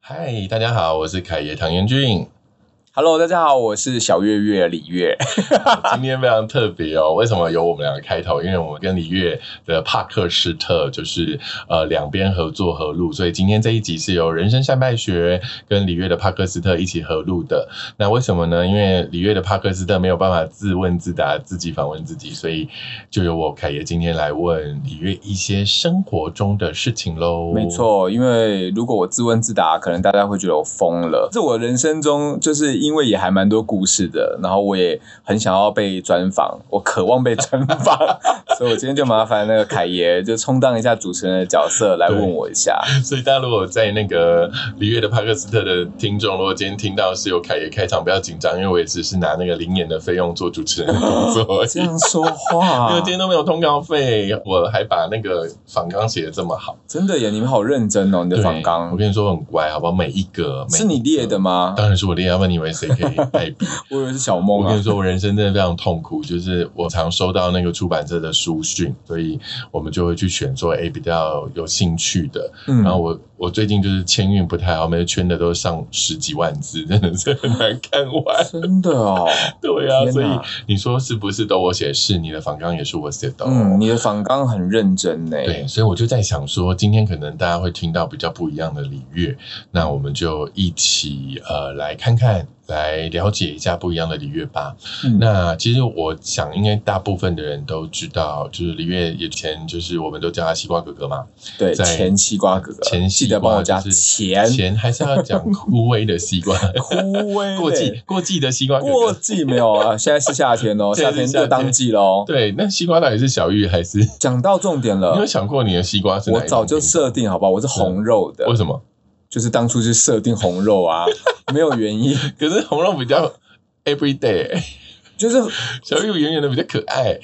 嗨，大家好，我是凯爷唐元俊。 Hello， 大家好，我是小月月李月。 今天非常特别哦，为什么有我们两个开头？因为我们跟李月的帕克斯特就是两边合作合录，所以今天这一集是由人生善败学跟李月的帕克斯特一起合录的。那为什么呢？因为李月的帕克斯特没有办法自问自答，自己访问自己，所以就由我凯爷今天来问李月一些生活中的事情咯。 没错，因为如果我自问自答，可能大家会觉得我疯了。这我人生中就是因为也还蛮多故事的，然后我也很想要被专访，我渴望被专访，所以我今天就麻烦那个凯爷就充当一下主持人的角色来问我一下。 所以大家如果在那个李月的帕克斯特的听众，如果今天听到是有凯爷开场，不要紧张，因为我也只是拿那个0元的费用做主持人的工作。 这样说话， 因为今天都没有通告费，我还把那个访纲写得这么好， 真的耶！你们好认真哦，你的访纲。 我跟你说很乖，好不好？每一个是你列的吗？ 当然是我列，要不然你以为谁可以代笔？ 我以为是小梦啊。 我跟你说，我人生真的非常痛苦，就是我常收到那个出版社的书讯，所以我们就会去选说，比较有兴趣的。然后我最近就是签运不太好，每次圈的都上10几万字，真的是很难看完。 真的哦。 对啊，所以你说是不是都我写？是，你的访纲也是我写的你的访纲很认真呢。 对，所以我就在想说，今天可能大家会听到比较不一样的李月，那我们就一起来看看，来了解一下不一样的李月吧。那其实我想，应该大部分的人都知道，就是李月以前就是我们都叫他西瓜哥哥嘛。 对，前西瓜哥哥，记得帮我加前还是要讲枯萎的西瓜， 枯萎过季的西瓜哥哥， 过季没有啊？现在是夏天哦，夏天就当季喽。 对，那西瓜到底是小玉还是？ 讲到重点了， 你有想过你的西瓜是哪一种？ 我早就设定好不好？我是红肉的。 为什么？ 就是当初是设定红肉啊，没有原因。 可是红肉比较 everyday， 就是小玉圆圆的比较可爱。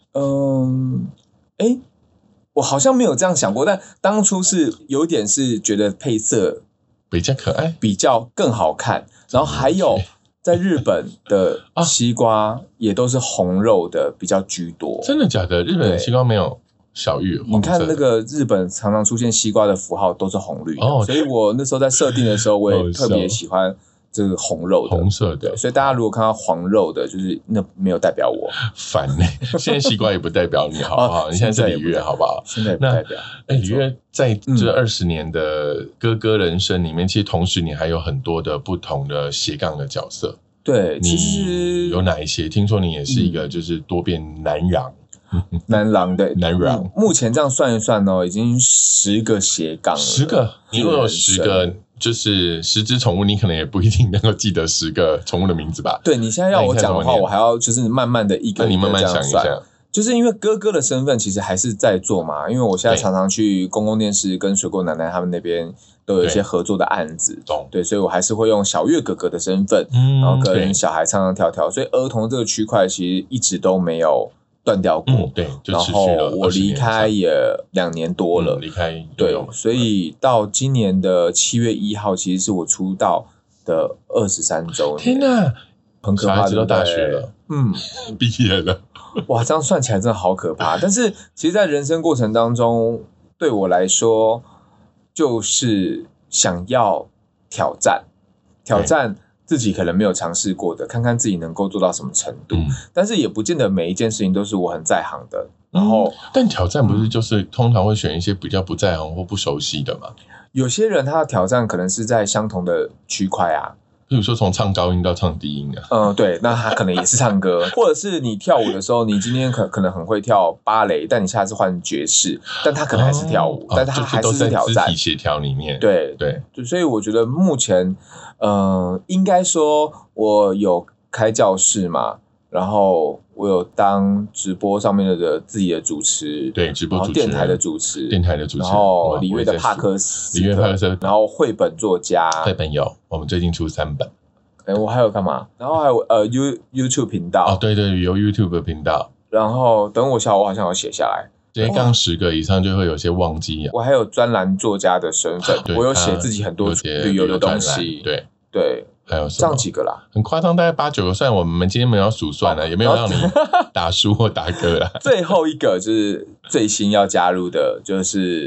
我好像没有这样想过，但当初是有点是觉得配色比较可爱， 比较更好看。然后还有在日本的西瓜也都是红肉的比较居多。 真的假的？日本的西瓜没有小玉？ 你看那个日本常常出现西瓜的符号都是红绿的，所以我那时候在设定的时候，我也特别喜欢这个红肉的， 红色的。 所以大家如果看到黄肉的，就是那没有代表我。 烦现在西瓜也不代表你，好不好？你现在是李月，好不好？ 现在也不代表。 李月在这20年的哥哥人生里面，其实同时你还有很多的不同的斜杠的角色。 对，其实有哪一些？听说你也是一个就是多变男郎。 男郎对男郎， 目前这样算一算哦，已经10个斜杠了。 10个，你如果有10个，就是10只宠物，你可能也不一定能够记得10个宠物的名字吧？ 对，你现在要我讲的话，我还要就是慢慢的一个一个这样算。就是因为哥哥的身份其实还是在做嘛，因为我现在常常去公共电视跟水果奶奶他们那边都有一些合作的案子，对，所以我还是会用小月哥哥的身份，然后跟小孩唱唱跳跳，所以儿童这个区块其实一直都没有断掉过。 对，就持续了。 然后我离开也2年多了， 离开对，所以到今年的7月1号，其实是我出道的23周年。 天哪， 很可怕， 小孩子都大学了，毕业了。 哇，这样算起来真的好可怕。但是其实在人生过程当中，对我来说就是想要挑战自己可能没有尝试过的，看看自己能够做到什么程度。但是也不见得每一件事情都是我很在行的。然后但挑战不是就是通常会选一些比较不在行或不熟悉的吗？ 有些人他的挑战可能是在相同的区块啊， 比如说从唱高音到唱低音啊。 对，那他可能也是唱歌，或者是你跳舞的时候，你今天可能很会跳芭蕾，但你下次换爵士，但他可能还是跳舞，但他还是挑战。 肢体协调里面。 对，所以我觉得目前，应该说我有开教室嘛，然后我有当直播上面的自己的主持， 对，直播主持人， 电台的主持， 然后李月的帕克斯，然后绘本作家， 绘本有，我们最近出3本。 我还有干嘛？然后还有YouTube 频道， 对，有 YouTube 频道。 然后等我下，我好像有写下来。 直接刚10个以上就会有些忘记。 我还有专栏作家的身份，我有写自己很多旅游的东西。对。还有什么？这样几个啦， 很夸张，大概8、9个。虽然我们今天没有数算了，也没有让你打输或打歌啦。 最后一个就是最新要加入的，就是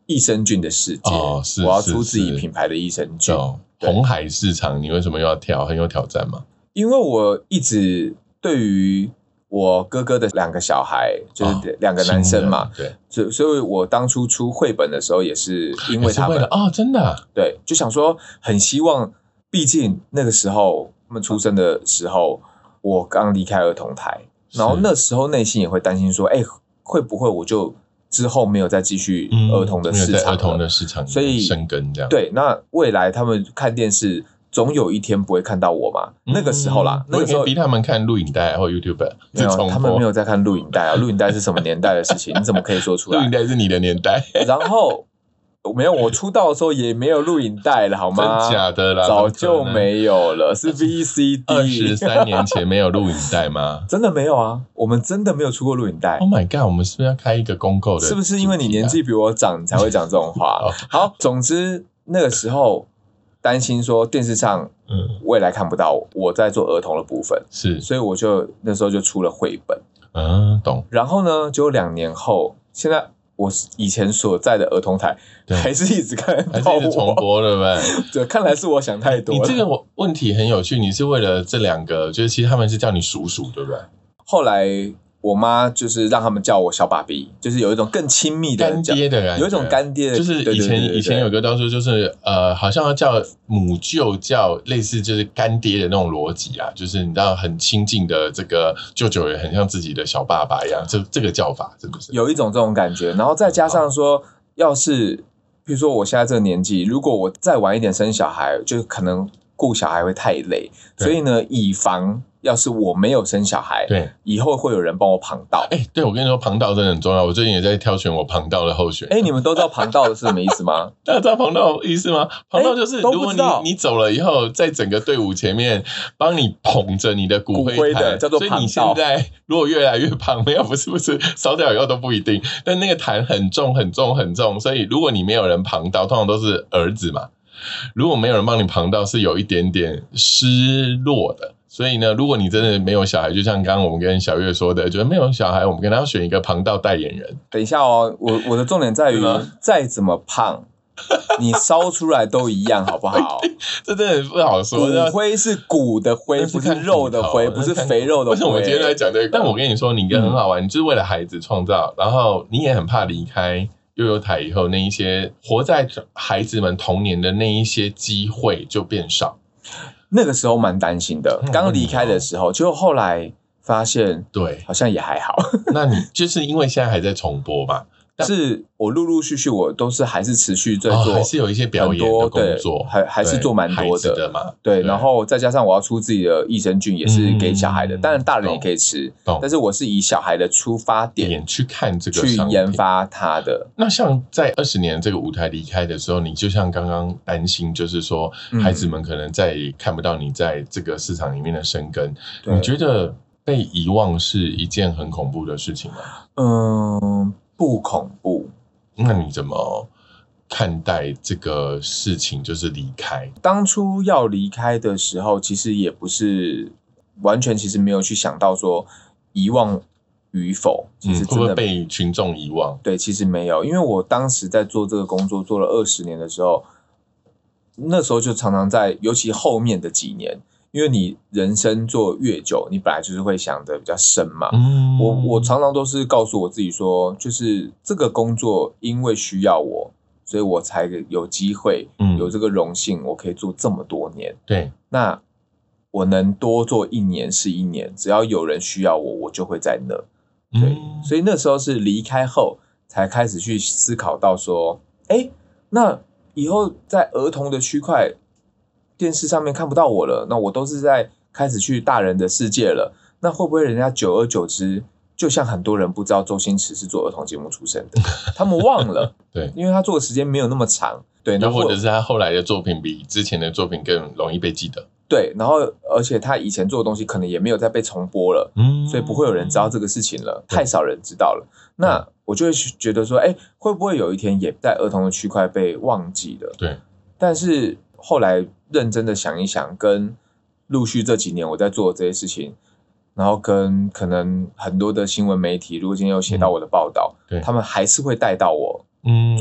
益生菌的世界，我要出自己品牌的益生菌。 红海市场，你为什么又要跳？很有挑战吗？ 因为我一直对于我哥哥的2个小孩，就是2个男生嘛，对，所以我当初出绘本的时候，也是因为他们真的对，就想说很希望，毕竟那个时候他们出生的时候，我刚离开儿童台，然后那时候内心也会担心说，会不会我就之后没有再继续儿童的市场了， 儿童的市场所以生根这样。 对，那未来他们看电视，总有一天不会看到我嘛？那个时候啦，那个时候逼他们看录影带或 YouTube， 没有，他们没有在看录影带啊。录影带是什么年代的事情？你怎么可以说出来？ 录影带是你的年代。 然后没有，我出道的时候也没有录影带了，好吗？ 真假的啦， 早就没有了，是 VCD。 23年前没有录影带吗？ 真的没有啊，我们真的没有出过录影带。 Oh my god， 我们是不是要开一个公购的？ 是不是因为你年纪比我长，你才会讲这种话？好，总之那个时候担心说电视上未来看不到我在做儿童的部分， 是， 所以我就那时候就出了绘本。 懂。 然后呢，就2年后，现在我以前所在的儿童台还是一直看到我， 还是一直重播，对不对？ 对，看来是我想太多了。 你这个问题很有趣，你是为了这2个，就是其实他们是叫你叔叔，对不对？ 后来我妈就是让他们叫我小爸比，就是有一种更亲密的干爹的感觉， 有一种干爹的， 就是以前有个道说，就是好像要叫母舅叫类似就是干爹的那种逻辑啊，就是你知道很亲近的这个舅舅也很像自己的小爸爸一样，这个叫法是不是有一种这种感觉？然后再加上说，要是比如说我现在这个年纪，如果我再晚一点生小孩，就可能顾小孩会太累，所以呢，以防要是我没有生小孩， 对， 以后会有人帮我旁道。 对，我跟你说，旁道真的很重要。我最近也在挑选我旁道的候选。 你们都知道旁道是什么意思吗？ 大家知道旁道的意思吗？旁道就是如果你走了以后，在整个队伍前面帮你捧着你的骨灰坛， 叫做旁道。 所以你现在如果越来越胖，没有不是烧掉以后都不一定，但那个坛很重很重很重，所以如果你没有人旁道，通常都是儿子嘛。如果没有人帮你旁道，是有一点点失落的。所以呢，如果你真的没有小孩，就像刚刚我们跟小月说的，觉得没有小孩，我们跟他要选一个旁道代言人。 等一下哦，我的重点在于，再怎么胖，你烧出来都一样，好不好？ 这真的不好说。 骨灰是骨的灰，不是肉的灰，不是肥肉的灰。 为什么我们今天在讲这个？但我跟你说，你很好玩，你就是为了孩子创造，然后你也很怕离开悠悠台以后，那一些活在孩子们童年的那一些机会就变少。 那个时候蛮担心的，刚离开的时候，就后来发现， 对， 好像也还好。 那你就是因为现在还在重播嘛？ 是我陆陆续续我都是还是持续在做， 还是有一些表演的工作， 还是做蛮多的嘛。 对，然后再加上我要出自己的益生菌，也是给小孩的，当然大人也可以吃，但是我是以小孩的出发点去看这个， 去研发它的。 那像在20年这个舞台离开的时候，你就像刚刚担心，就是说孩子们可能再也看不到你在这个市场里面的生根，你觉得被遗忘是一件很恐怖的事情吗？ 不恐怖。 那你怎么看待这个事情？就是离开， 当初要离开的时候，其实也不是完全，其实没有去想到说遗忘与否，其实真的会不会被群众遗忘？ 对，其实没有，因为我当时在做这个工作做了20年的时候，那时候就常常在，尤其后面的几年。因为你人生做越久，你本来就是会想的比较深嘛。我常常都是告诉我自己说，就是这个工作因为需要我，所以我才有机会，有这个荣幸，我可以做这么多年。 对， 那我能多做1年是1年，只要有人需要我，我就会在那。对，所以那时候是离开后才开始去思考到说，那以后在儿童的区块。电视上面看不到我了，那我都是在开始去大人的世界了。那会不会人家久而久之，就像很多人不知道周星驰是做儿童节目出身的，他们忘了， 对， 因为他做的时间没有那么长，对， 又或者是他后来的作品比之前的作品更容易被记得， 对，然后而且他以前做的东西可能也没有再被重播了，所以不会有人知道这个事情了，太少人知道了。那我就会觉得说，会不会有一天也在儿童的区块被忘记了？ 对， 但是后来认真的想一想，跟陆续这几年我在做这些事情，然后跟可能很多的新闻媒体，如果今天有写到我的报道，他们还是会带到我做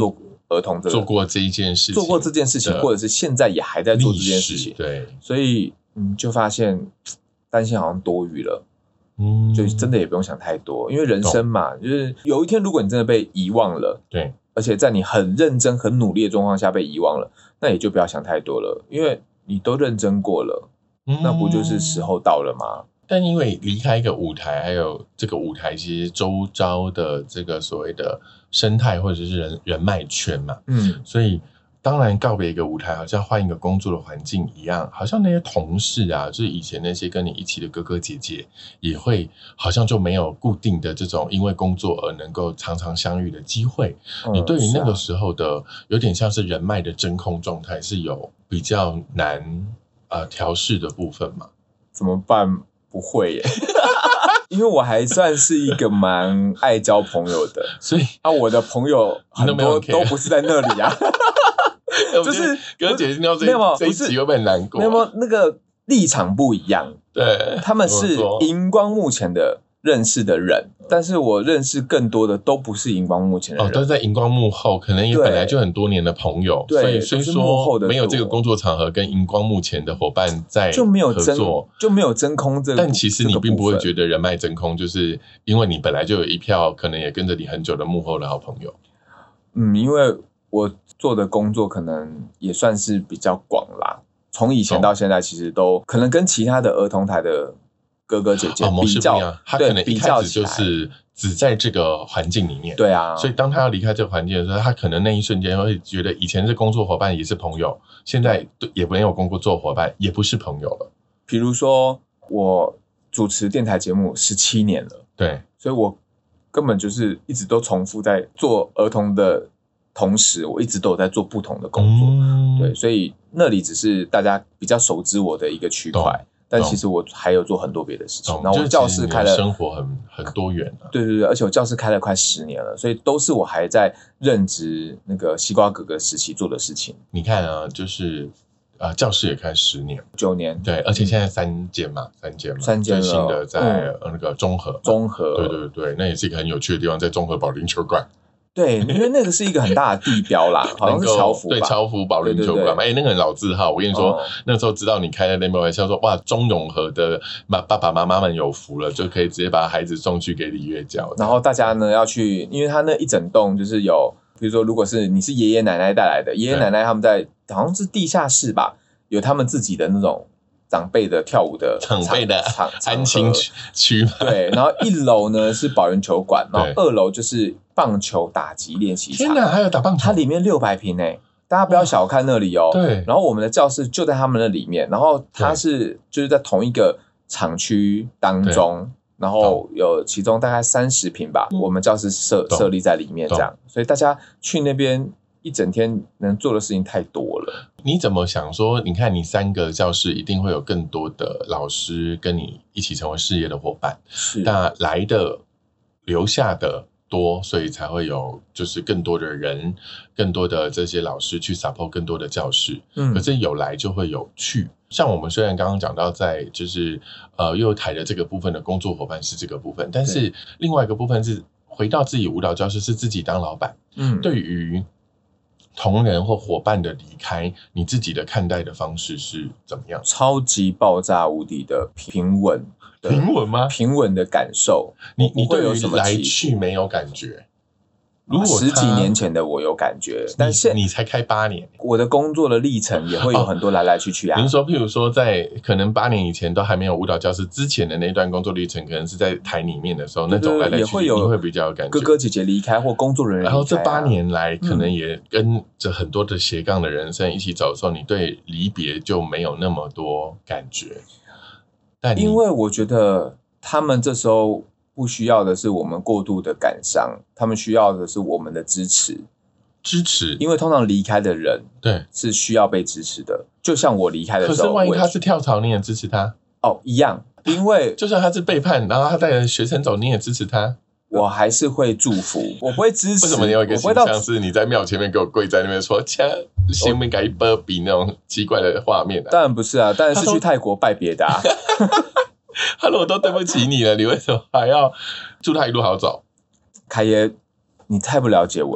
儿童做过这一件事情， 或者是现在也还在做这件事情， 对， 所以就发现担心好像多余了。就真的也不用想太多，因为人生嘛，就是有一天如果你真的被遗忘了， 对， 而且在你很认真很努力的状况下被遗忘了，那也就不要想太多了，因为你都认真过了，那不就是时候到了吗？ 但因为离开一个舞台，还有这个舞台其实周遭的这个所谓的生态或者是人脉圈嘛，所以当然告别一个舞台好像换一个工作的环境一样，好像那些同事啊，就是以前那些跟你一起的哥哥姐姐也会好像就没有固定的这种因为工作而能够常常相遇的机会。你对于那个时候的有点像是人脉的真空状态是有比较难调试的部分吗？ 怎么办？不会耶因为我还算是一个蛮爱交朋友的， 所以我的朋友很多都不是在那里啊就是哥姐听到这一集会不会很难过？ 没有，那个立场不一样， 对， 他们是荧光幕前的认识的人，但是我认识更多的都不是荧光幕前的人， 都在荧光幕后，可能也本来就很多年的朋友，所以虽说没有这个工作场合跟荧光幕前的伙伴在合作， 就没有真空这个， 但其实你并不会觉得人脉真空，就是因为你本来就有一票可能也跟着你很久的幕后的好朋友。 因为我做的工作可能也算是比较广啦，从以前到现在其实都可能跟其他的儿童台的哥哥姐姐比较， 他可能一开始就是只在这个环境里面， 对啊， 所以当他要离开这个环境的时候，他可能那一瞬间会觉得以前是工作伙伴也是朋友，现在也没有工作伙伴，也不是朋友了。 比如说我主持电台节目17年了， 对， 所以我根本就是一直都重复在做儿童的同时，我一直都有在做不同的工作，对，所以那里只是大家比较熟知我的一个区块，但其实我还有做很多别的事情。然后我教室开了， 生活很多元啊。 对，而且我教室开了快10年了，所以都是我还在任职那个西瓜哥哥时期做的事情。 你看啊，就是教室也开10年 ，9年， 对，而且现在3间嘛， 最新的在那个中和，对，那也是一个很有趣的地方，在中和保龄球馆。 对，因为那个是一个很大的地标啦，好像是侨福吧， 对，侨福保龄球馆，那个很老字号。我跟你说，那时候知道你开的那玩笑说，哇，中永和的爸爸妈妈们有福了，就可以直接把孩子送去给礼乐教。 然后大家呢要去，因为他那一整栋就是有，比如说，如果是你是爷爷奶奶带来的，爷爷奶奶他们在好像是地下室吧，有他们自己的那种长辈的跳舞的安亲区， 对，然后1楼呢是保龄球馆，然后2楼就是棒球打击练习场。 天哪，还有打棒球！ 它里面600坪诶，大家不要小看那里哦。 对。 然后我们的教室就在他们的里面，然后它是就是在同一个厂区当中，然后有其中大概30坪吧，我们教室设立在里面这样，所以大家去那边一整天能做的事情太多了。 你怎么想说？你看，你3个教室一定会有更多的老师跟你一起成为事业的伙伴， 是那来的留下的多，所以才会有就是更多的人，更多的这些老师去 support 更多的教室。可是有来就会有去。像我们虽然刚刚讲到在就是幼台的这个部分的工作伙伴是这个部分，但是另外一个部分是回到自己舞蹈教室，是自己当老板。对于同仁或伙伴的离开，你自己的看待的方式是怎么样？ 超级爆炸无敌的平稳吗？ 平稳的感受。 你对于来去没有感觉？如果 10几年前的我有感觉，但是你才开8年， 我的工作的历程也会有很多来来去去啊。 您说，譬如说，在可能8年以前都还没有舞蹈教室之前的那段工作历程，可能是在台里面的时候，那种来来去去，你会比较有感觉。 哥哥姐姐离开或工作人员离开， 然后这8年来，可能也跟着很多的斜杠的人生一起走的时候，你对离别就没有那么多感觉。但因为我觉得他们这时候不需要的是我们过度的感伤，他们需要的是我们的支持。因为通常离开的人对是需要被支持的，就像我离开的时候， 可是万一他是跳槽，你也支持他一样，因为就算他是背叛，然后他带着学生走，你也支持他， 我还是会祝福，我不会支持。 为什么你有一个形象是你在庙前面给我跪在那边说“掐前面改波比”那种奇怪的画面当然不是啊，当然是去泰国拜别的啊。 他如果都对不起你了，你为什么还要祝他一路好走？ 凯爷，你太不了解我了。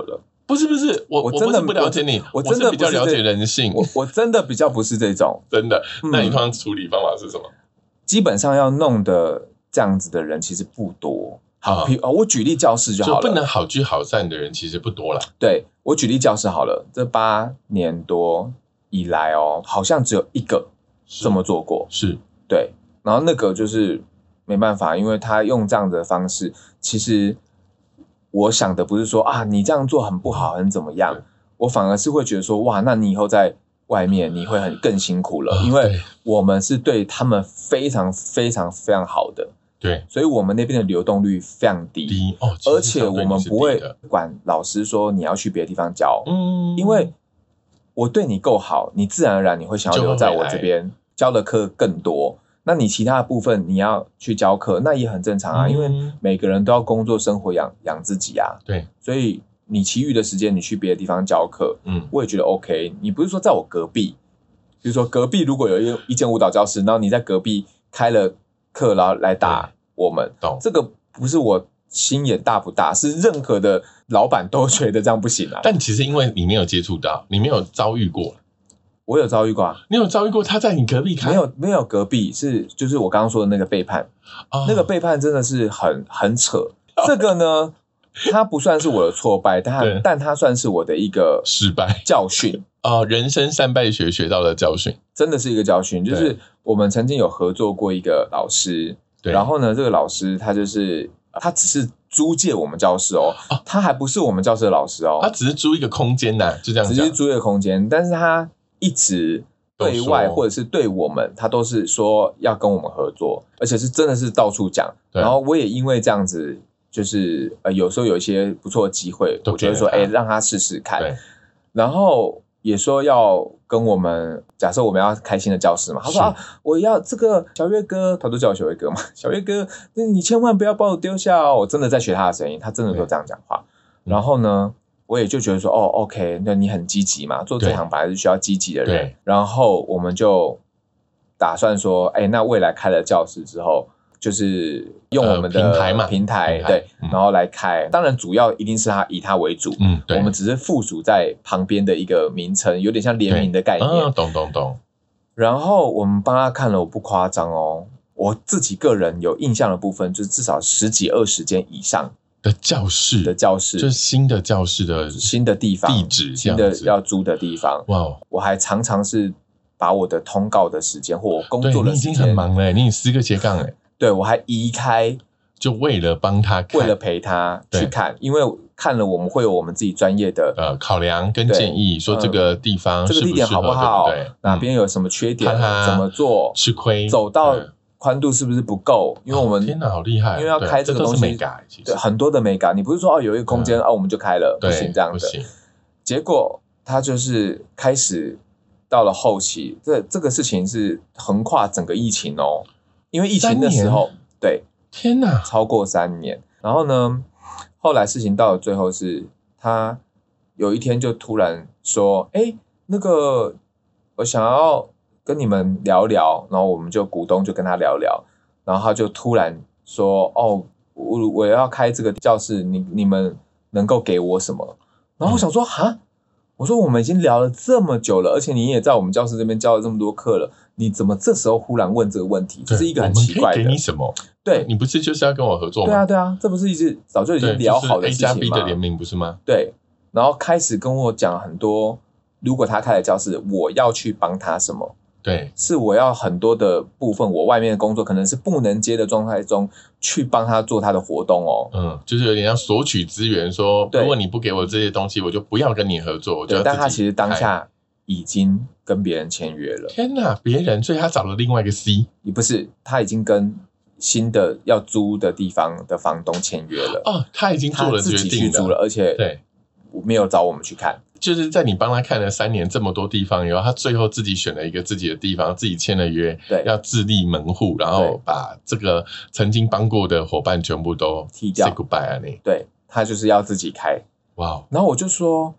不是，我真的不了解你，我真的比较了解人性， 我真的比较不是这种， 真的。那你通常处理方法是什么？ 基本上要弄的这样子的人其实不多。好，我举例教室就好了， 就不能好聚好散的人其实不多啦。 对，我举例教室好了，这8年多以来哦，好像只有一个这么做过， 是对。然后那个就是没办法，因为他用这样的方式，其实我想的不是说啊，你这样做很不好，很怎么样，我反而是会觉得说，哇，那你以后在外面你会更辛苦了，因为我们是对他们非常非常非常好的。 对， 所以我们那边的流动率非常低，而且我们不会管老师说你要去别的地方教，因为我对你够好，你自然而然你会想要留在我这边教的课更多。那你其他的部分你要去教课，那也很正常啊，因为每个人都要工作生活养自己啊。 对， 所以你其余的时间你去别的地方教课，我也觉得 OK。你不是说在我隔壁，比如说隔壁如果有一间舞蹈教室，然后你在隔壁开了课然后来打我们，这个不是我心眼大不大，是任何的老板都觉得这样不行啊。 但其实因为你没有接触到，你没有遭遇过。 我有遭遇过啊。 你有遭遇过他在你隔壁开？ 没有隔壁，就是我刚刚说的那个背叛，那个背叛真的是很扯。这个呢，它不算是我的挫败，但它算是我的一个失败教训。 人生3败学到的教训， 真的是一个教训。就是我们曾经有合作过一个老师，然后呢，这个老师他只是租借我们教室他还不是我们教室的老师他只是租一个空间就这样讲， 只是租一个空间，但是他一直对外或者是对我们，他都是说要跟我们合作，而且是真的是到处讲。然后我也因为这样子，就是有时候有一些不错的机会，我觉得说让他试试看，然后也说要跟我们，假设我们要开新的教室嘛，他说我要这个小月哥，他都叫我小月哥嘛，小月哥，你千万不要把我丢下哦。我真的在学他的声音，他真的都这样讲话。然后呢，我也就觉得说OK， 那你很积极嘛，做这行本来是需要积极的人。然后我们就打算说，那未来开了教室之后，就是用我们的平台对，然后来开。当然主要一定是以他为主，我们只是附属在旁边的一个名称，有点像联名的概念。 懂。 然后我们帮他看了，我不夸张我自己个人有印象的部分，就是至少10几20间以上的教室，就是新的教室的新的地方地址， 新的要租的地方。 哇！ 我还常常是把我的通告的时间或我工作的时间， 你已经很忙了，你有4个斜杠对，我还移开， 就为了帮他看， 为了陪他去看，因为看了我们会有我们自己专业的考量跟建议，说这个地方这个地点好不好， 对不对？ 哪边有什么缺点，怎么做， 吃亏， 走到宽度是不是不够？因为我们天哪，好厉害！ 因为要开这个东西，对很多的美感，你不是说有一个空间我们就开了，不行这样的。结果他就是开始到了后期，这个事情是横跨整个疫情因为疫情的时候，对， 天哪， 超过3年。然后呢，后来事情到了最后是，他有一天就突然说：“那个我想要跟你们聊聊。”然后我们就股东就跟他聊聊，然后他就突然说：“我要开这个教室，你们能够给我什么？”然后我想说：“我说我们已经聊了这么久了，而且你也在我们教室这边教了这么多课了，你怎么这时候忽然问这个问题？这是一个很奇怪的。 我们可以给你什么？对，你不是就是要跟我合作吗？ 对啊，这不是早就已经聊好的事情吗？ A+B 的联名不是吗？ 对，然后开始跟我讲很多，如果他开了教室，我要去帮他什么？ 对， 是我要很多的部分，我外面的工作可能是不能接的状态中，去帮他做他的活动就是有点像索取资源，说如果你不给我这些东西，我就不要跟你合作。 对，但他其实当下已经跟别人签约了。 天哪，别人，所以他找了另外一个 C， 也不是，他已经跟新的要租的地方的房东签约了。 他已经做了决定了， 他自己去租了，而且对， 没有找我们去看。 就是在你帮他看了3年这么多地方以后，他最后自己选了一个自己的地方，自己签了约， 对， 要自立门户，然后把这个曾经帮过的伙伴全部都踢掉 ，say goodbye 啊你。 对，他就是要自己开。 哇！ 然后我说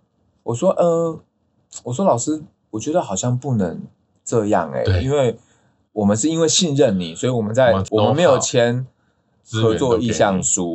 老师，我觉得好像不能这样因为我们是因为信任你，所以我们没有签合作意向书，我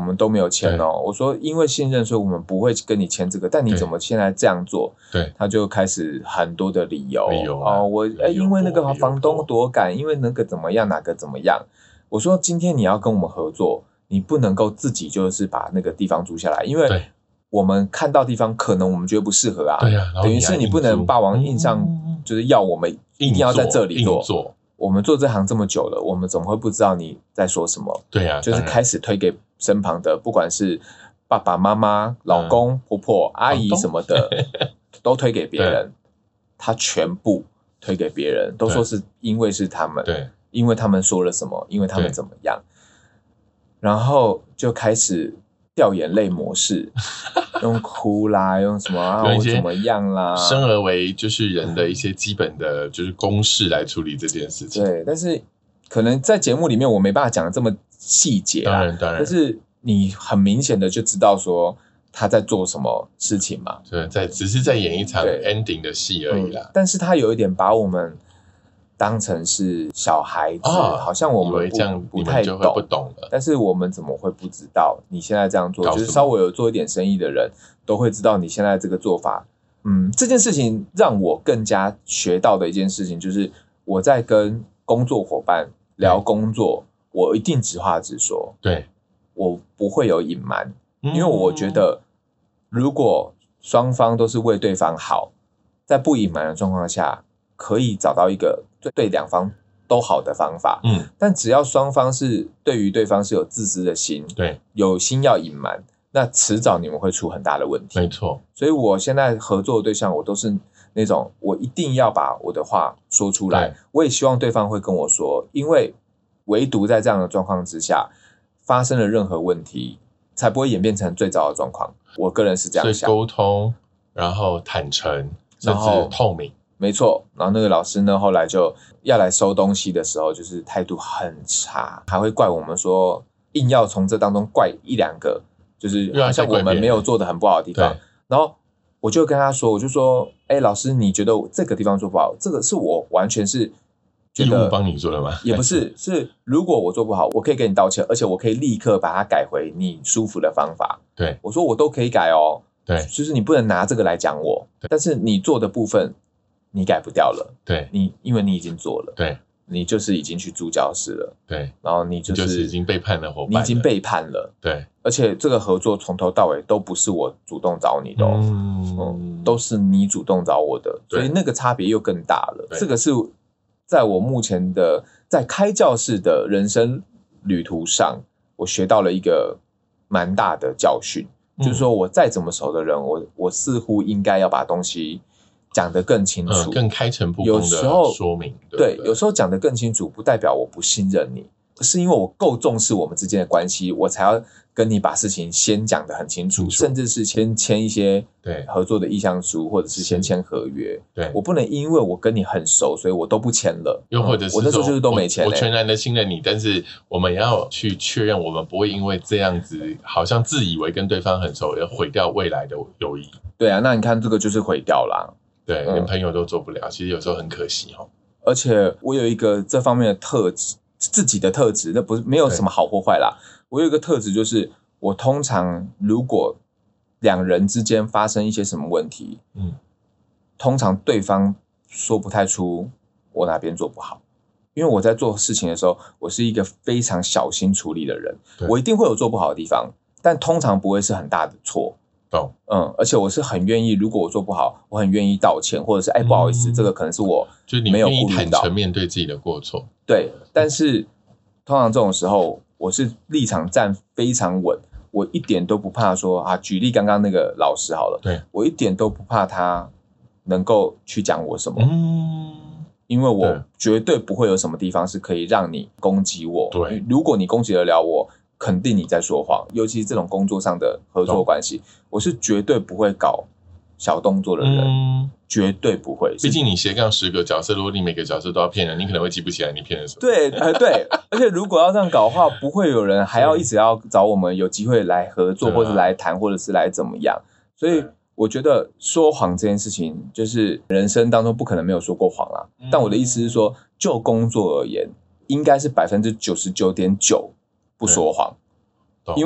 们都没有签哦。我说因为信任，所以我们不会跟你签这个，但你怎么现在这样做？ 对， 他就开始很多的理由哦， 因为那个房东多赶，因为那个怎么样，哪个怎么样。我说今天你要跟我们合作，你不能够自己就是把那个地方租下来，因为我们看到地方可能我们觉得不适合啊， 对啊， 等于是你不能霸王硬上，就是要我们一定要在这里做。我们做这行这么久了，我们怎么会不知道你在说什么？ 对啊， 就是开始推给身旁的，不管是爸爸妈妈、老公、婆婆、阿姨什么的，都推给别人。他全部推给别人，都说是因为是他们， 对， 因为他们说了什么，因为他们怎么样，然后就开始掉眼泪模式。用哭啦，用什么我怎么样啦？ 生而为就是人的一些基本的就是公式来处理这件事情。 对，但是可能在节目里面我没办法讲的这么细节啦。 当然。 但是你很明显的就知道说他在做什么事情嘛。 对，只是在演一场 ending 的戏而已啦。 但是他有一点把我们当成是小孩子，好像我们这样不太就会不懂了。 但是我们怎么会不知道？你现在这样做，就是稍微有做一点生意的人都会知道你现在这个做法。这件事情让我更加学到的一件事情，就是我在跟工作伙伴聊工作，我一定直话直说。 对， 我不会有隐瞒，因为我觉得如果双方都是为对方好，在不隐瞒的状况下，可以找到一个对两方都好的方法。但只要双方是对于对方是有自私的心， 对， 有心要隐瞒，那迟早你们会出很大的问题。 没错。所以我现在合作的对象，我都是那种我一定要把我的话说出来，我也希望对方会跟我说，因为唯独在这样的状况之下，发生了任何问题，才不会演变成最糟的状况。我个人是这样想。 所以沟通，然后坦诚，甚至透明。 没错，然后那个老师呢，后来就要来收东西的时候，就是态度很差，还会怪我们说，硬要从这当中怪一两个，就是好像我们没有做的很不好的地方。然后我就跟他说，我就说，老师，你觉得这个地方做不好，这个是我完全是觉得义务帮你做的吗？ 也不是，是如果我做不好，我可以跟你道歉，而且我可以立刻把它改回你舒服的方法。 对， 我说我都可以改哦。 对， 就是你不能拿这个来讲我，但是你做的部分。你改不掉了， 对， 因为你已经做了， 对， 你就是已经去租教室了， 对， 然后你就是已经背叛了伙伴， 你已经背叛了， 对， 而且这个合作从头到尾都不是我主动找你的，都是你主动找我的，所以那个差别又更大了。这个是在我目前的在开教室的人生旅途上，我学到了一个蛮大的教训，就是说我再怎么熟的人，我似乎应该要把东西讲得更清楚， 更开诚布公的说明。 对，有时候讲得更清楚，不代表我不信任你，是因为我够重视我们之间的关系，我才要跟你把事情先讲得很清楚，甚至是先签一些合作的意向书，或者是先签合约。 对， 我不能因为我跟你很熟，所以我都不签了。 又或者是我那时候就是都没签。 我全然的信任你，但是我们要去确认，我们不会因为这样子，好像自以为跟对方很熟，而毁掉未来的友谊。 对啊，那你看这个就是毁掉啦。 对，连朋友都做不了，其实有时候很可惜哦。 而且我有一个这方面的特质，自己的特质，那不是没有什么好或坏啦。我有一个特质，就是我通常如果两人之间发生一些什么问题，通常对方说不太出我哪边做不好，因为我在做事情的时候，我是一个非常小心处理的人，我一定会有做不好的地方，但通常不会是很大的错。而且我是很愿意，如果我做不好，我很愿意道歉，或者是不好意思，这个可能是我没有顾虑到， 就你愿意坦诚面对自己的过错。 对，但是通常这种时候，我是立场站非常稳，我一点都不怕说举例刚刚那个老师好了， 对， 我一点都不怕他能够去讲我什么，因为我绝对不会有什么地方是可以让你攻击我。 对， 如果你攻击得了我，肯定你在说谎，尤其是这种工作上的合作关系，我是绝对不会搞小动作的人，绝对不会。 毕竟你斜杠10个角色，如果你每个角色都要骗人，你可能会记不起来你骗了什么。 对，对，而且如果要这样搞的话，不会有人还要一直要找我们有机会来合作，或者来谈，或者是来怎么样。所以我觉得说谎这件事情，就是人生当中不可能没有说过谎啦。但我的意思是说，就工作而言，应该是99.9%不说谎，因为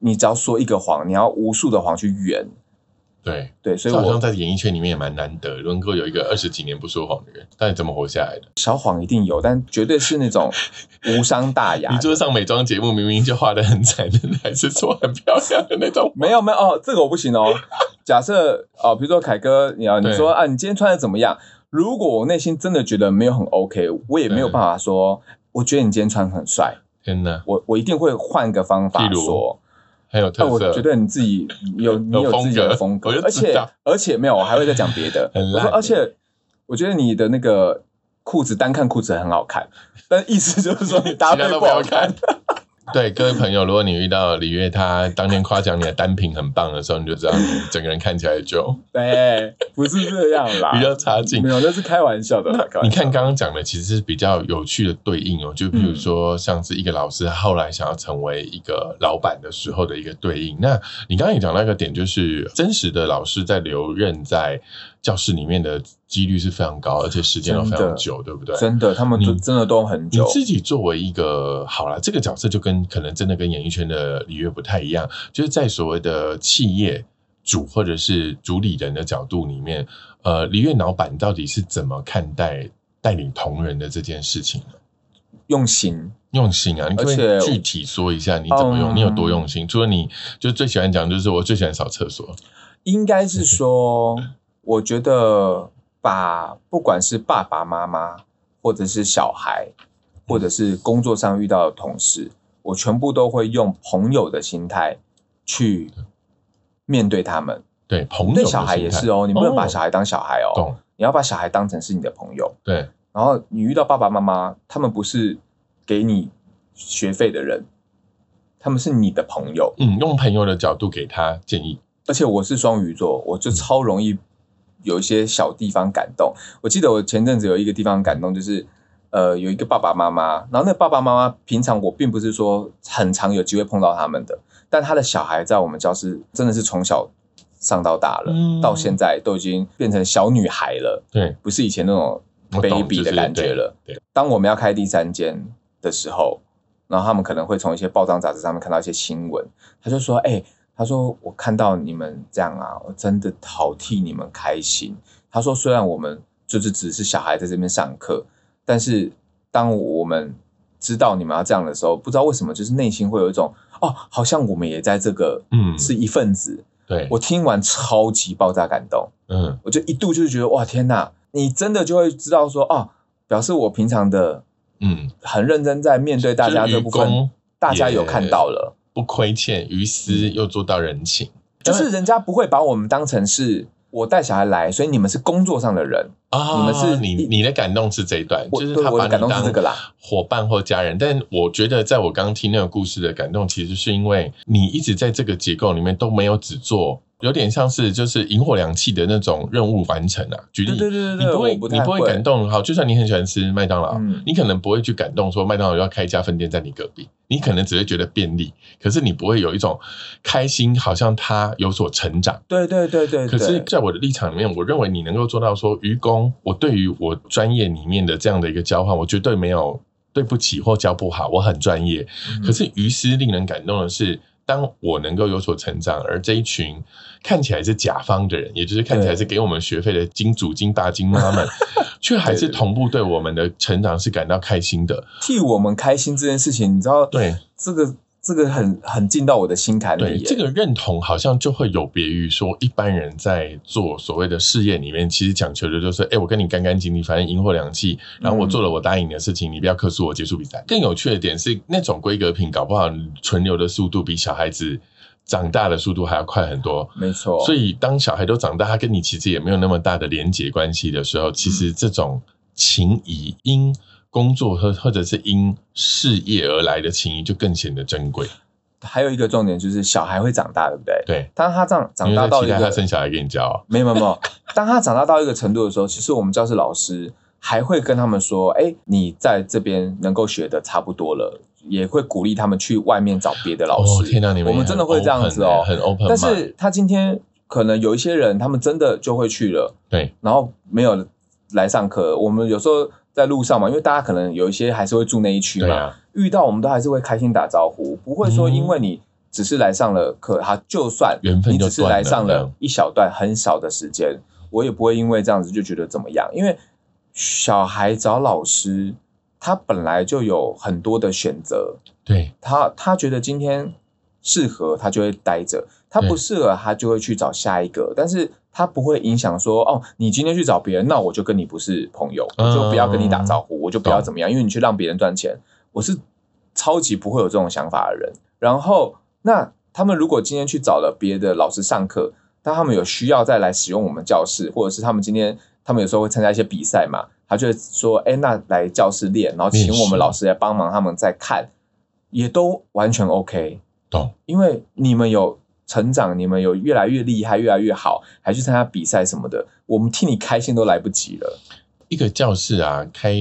你只要说一个谎，你要无数的谎去圆。对，所以我好像在演艺圈里面也蛮难得，能够有一个20几年不说谎的人，但你怎么活下来的？ 小谎一定有，但绝对是那种无伤大雅。 你就是上美妆节目，明明就画得很惨的，还是说很漂亮的那种？ 没有哦，这个我不行哦。假设比如说凯哥，你说你今天穿的怎么样？如果我内心真的觉得没有很 OK， 我也没有办法说，我觉得你今天穿很帅。 天哪！ 我一定会换个方法说。 很有特色， 我觉得你自己你有自己的风格，而且没有，我还会再讲别的。我说，而且我觉得你的那个裤子，单看裤子很好看，但意思就是说你搭配不好看。 对各位朋友，如果你遇到李月他当天夸奖你的单品很棒的时候，你就知道你整个人看起来就不是这样啦， 比较差劲。 没有，那是开玩笑的。 你看刚刚讲的其实是比较有趣的对应哦，就比如说像是一个老师后来想要成为一个老板的时候的一个对应。那你刚刚也讲到一个点，就是真实的老师在留任在教室里面的几率是非常高，而且时间都非常久，对不对？ 真的，他们真的都很久。 你自己作为一个好啦，这个角色就可能真的跟演艺圈的李月不太一样，就是在所谓的企业主或者是主理人的角度里面，李月老板到底是怎么看待带领同仁的这件事情呢？ 用心啊！你可以具体说一下你怎么用，你有多用心？除了你就最喜欢讲，就是我最喜欢扫厕所， 应该是说。我觉得不管是爸爸妈妈，或者是小孩，或者是工作上遇到的同事，我全部都会用朋友的心态去面对他们。 对，朋友的心态。 对小孩也是哦，你不能把小孩当小孩哦，你要把小孩当成是你的朋友。 对， 然后你遇到爸爸妈妈，他们不是给你学费的人，他们是你的朋友。 用朋友的角度给他建议。 而且我是双鱼座，我就超容易有一些小地方感动。我记得我前阵子有一个地方感动，就是有一个爸爸妈妈，然后那爸爸妈妈平常我并不是说很常有机会碰到他们的，但他的小孩在我们教室真的是从小上到大了，到现在都已经变成小女孩了， 对， 不是以前那种 baby 的感觉了。 对， 当我们要开第3间的时候，然后他们可能会从一些报章杂志上面看到一些新闻，他就说他说我看到你们这样啊，我真的好替你们开心。他说虽然我们就是只是小孩在这边上课，但是当我们知道你们要这样的时候，不知道为什么就是内心会有一种好像我们也在这个是一份子。 对， 我听完超级爆炸感动。我就一度就是觉得哇天哪，你真的就会知道说表示我平常的很认真在面对大家这部分，大家有看到了。 不亏欠于私，又做到人情， 就是人家不会把我们当成是我带小孩来，所以你们是工作上的人你们是你的感动是这一段，就是他把你当伙伴或家人。但我觉得在我刚听那个故事的感动，其实是因为你一直在这个结构里面都没有只做。有点像是就是萤火两气的那种任务完成啊。举例，你不会感动。好，就算你很喜欢吃麦当劳，你可能不会去感动说麦当劳要开一家分店在你隔壁，你可能只会觉得便利，可是你不会有一种开心，好像他有所成长。 对。 可是在我的立场里面，我认为你能够做到说愚公，我对于我专业里面的这样的一个交换，我绝对没有对不起或教不好，我很专业。可是于私令人感动的是，当我能够有所成长，而这一群看起来是甲方的人，也就是看起来是给我们学费的金主金爸金妈们，却还是同步对我们的成长是感到开心的。 替我们开心这件事情，你知道， 对这个很进到我的心坎里。 对，这个认同好像就会有别于说一般人在做所谓的事业里面，其实讲求的就是我跟你干干净净，反正萤火两气，然后我做了我答应你的事情，你不要客诉我，结束比赛。更有趣的点是，那种规格品搞不好存留的速度比小孩子长大的速度还要快很多。 没错。 所以当小孩都长大，他跟你其实也没有那么大的连结关系的时候，其实这种情谊因工作或者是因事业而来的情谊就更显得珍贵。 还有一个重点就是小孩会长大，对不对？ 对。 当他长大到一个， 期待他生小孩给你教。 没有。当他长大到一个程度的时候，其实我们教室老师还会跟他们说，你在这边能够学的差不多了，也会鼓励他们去外面找别的老师。 天哪，你们我们真的会这样子很 open。 但是他今天可能有一些人，他们真的就会去了， 对， 然后没有来上课。我们有时候在路上嘛，因为大家可能有一些还是会住那一区嘛，遇到我们都还是会开心打招呼，不会说因为你只是来上了课，他就算你只是来上了一小段很少的时间，我也不会因为这样子就觉得怎么样。因为小孩找老师，他本来就有很多的选择， 对， 他觉得今天适合，他就会待着；他不适合，他就会去找下一个。但是他不会影响说，哦，你今天去找别人，那我就跟你不是朋友，我就不要跟你打招呼，我就不要怎么样，因为你去让别人赚钱。我是超级不会有这种想法的人。然后，那他们如果今天去找了别的老师上课，但他们有需要再来使用我们教室，或者是他们有时候会参加一些比赛嘛，他就会说，那来教室练，然后请我们老师来帮忙他们再看，也都完全 OK。 懂， 因为你们有成长，你们有越来越厉害，越来越好，还去参加比赛什么的，我们替你开心都来不及了。 一个教室啊，开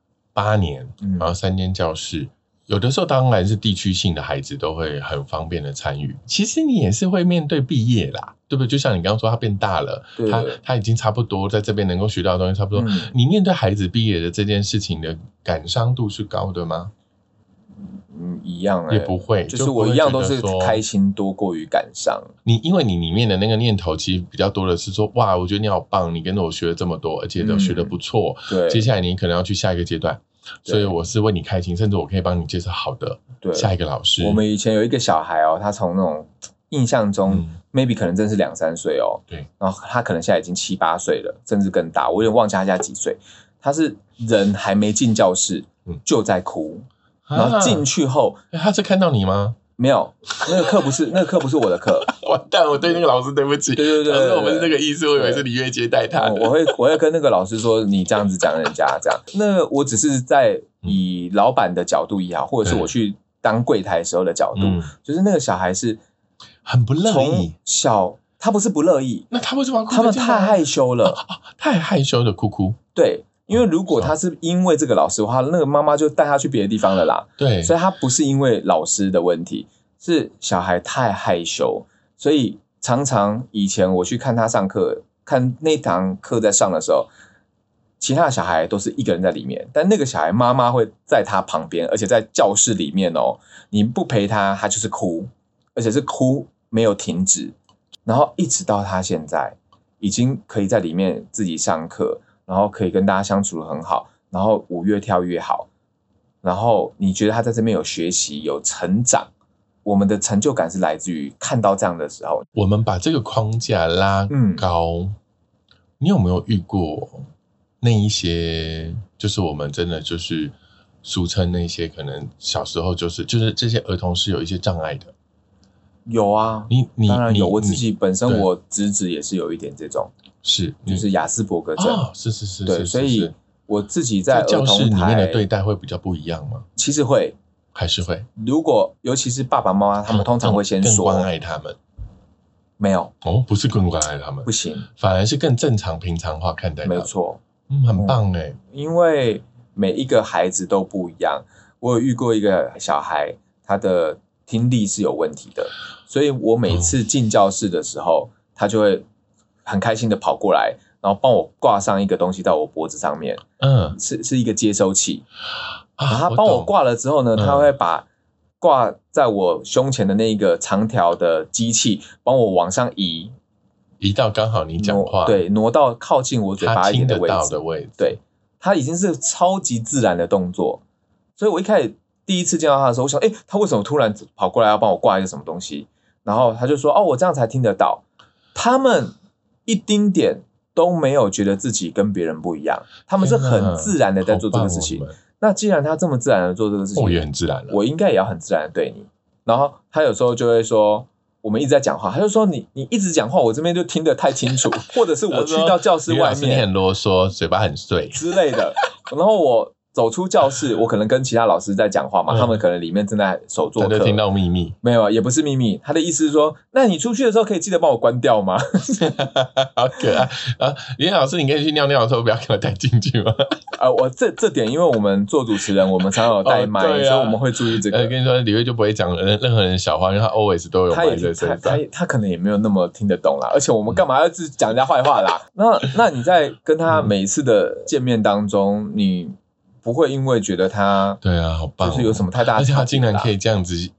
8年，然后3间教室，有的时候当然是地区性的孩子都会很方便的参与。其实你也是会面对毕业啦，对不对？就像你刚刚说，他变大了，他已经差不多在这边能够学到的东西差不多。你面对孩子毕业的这件事情的感伤度是高的吗？ 一样也不会， 就是我一样都是开心多过于感伤。 因为你里面的那个念头其实比较多的是说，哇，我觉得你好棒，你跟着我学了这么多，而且都学得不错。 对， 接下来你可能要去下一个阶段，所以我是为你开心，甚至我可以帮你介绍好的下一个老师。 我们以前有一个小孩他从那种印象中，maybe 可能真是2、3岁对， 然后他可能现在已经7、8岁了，甚至更大，我有点忘记他现在几岁。他是人还没进教室，就在哭。然后进去后， 他是看到你吗？ 没有，那个课不是我的课。 完蛋，我对那个老师对不起。 对， 老师，我们是那个意思，我以为是李月接待他的。 我会跟那个老师说，你这样子讲人家这样。那我只是在以老板的角度也好，或者是我去当柜台时候的角度，就是那个小孩是很不乐意。 从小他不是不乐意， 那他为什么要哭？ 他们太害羞了， 太害羞的哭。 对。因为如果他是因为这个老师的话，那个妈妈就带他去别的地方了啦。 对， 所以他不是因为老师的问题，是小孩太害羞。所以常常以前我去看他上课，看那堂课在上的时候，其他的小孩都是一个人在里面，但那个小孩妈妈会在他旁边，而且在教室里面你不陪他，他就是哭，而且是哭没有停止，然后一直到他现在已经可以在里面自己上课。然后可以跟大家相处得很好，然后舞越跳越好，然后你觉得他在这边有学习有成长，我们的成就感是来自于看到这样的时候。 我们把这个框架拉高，你有没有遇过那一些就是我们真的就是俗称那些可能小时候就是这些儿童是有一些障碍的？ 有啊， 你当然有，我自己本身我侄子也是有一点这种。 是， 就是亚斯伯格症。 是， 对，所以我自己在教室里面的对待会比较不一样吗？ 其实会， 还是会。 如果尤其是爸爸妈妈，他们通常会先说更关爱他们。 没有不是更关爱他们， 不行， 反而是更正常平常化看待他们。 没错， 很棒哎。 因为每一个孩子都不一样。我有遇过一个小孩，他的听力是有问题的，所以我每次进教室的时候，他就会很开心的跑过来，然后帮我挂上一个东西到我脖子上面，是一个接收器。然后他帮我挂了之后呢，他会把挂在我胸前的那个长条的机器帮我往上移到刚好你讲话， 对，挪到靠近我嘴巴一点的位置， 他听得到的位置。 对，他已经是超级自然的动作，所以我一开始第一次见到他的时候，我想，他为什么突然跑过来要帮我挂一个什么东西？然后他就说，我这样才听得到。他们一丁点都没有觉得自己跟别人不一样，他们是很自然的在做这个事情。那既然他这么自然的做这个事情， 我也很自然了， 我应该也要很自然的对你。然后他有时候就会说，我们一直在讲话，他就说你一直讲话，我这边就听得太清楚，或者是我去到教室外面， 你很啰嗦，嘴巴很碎之类的。然后我走出教室，我可能跟其他老师在讲话嘛，他们可能里面正在手做课， 他就听到秘密。 没有，也不是秘密，他的意思是说，那你出去的时候可以记得帮我关掉吗？ 好可爱啊！林老师，你可以去尿尿的时候不要给我带进去吗？ 我这点，因为我们做主持人，我们常常有带麦，所以我们会注意这个。 跟你说，李月就不会讲任何人小话，因为他 always 都有麦在身上。 他可能也没有那么听得懂啦，而且我们干嘛要讲人家坏话啦？那你在跟他每一次的见面当中，你不会因为觉得他对啊，好棒， 就是有什么太大的差别， 而且他竟然可以这样子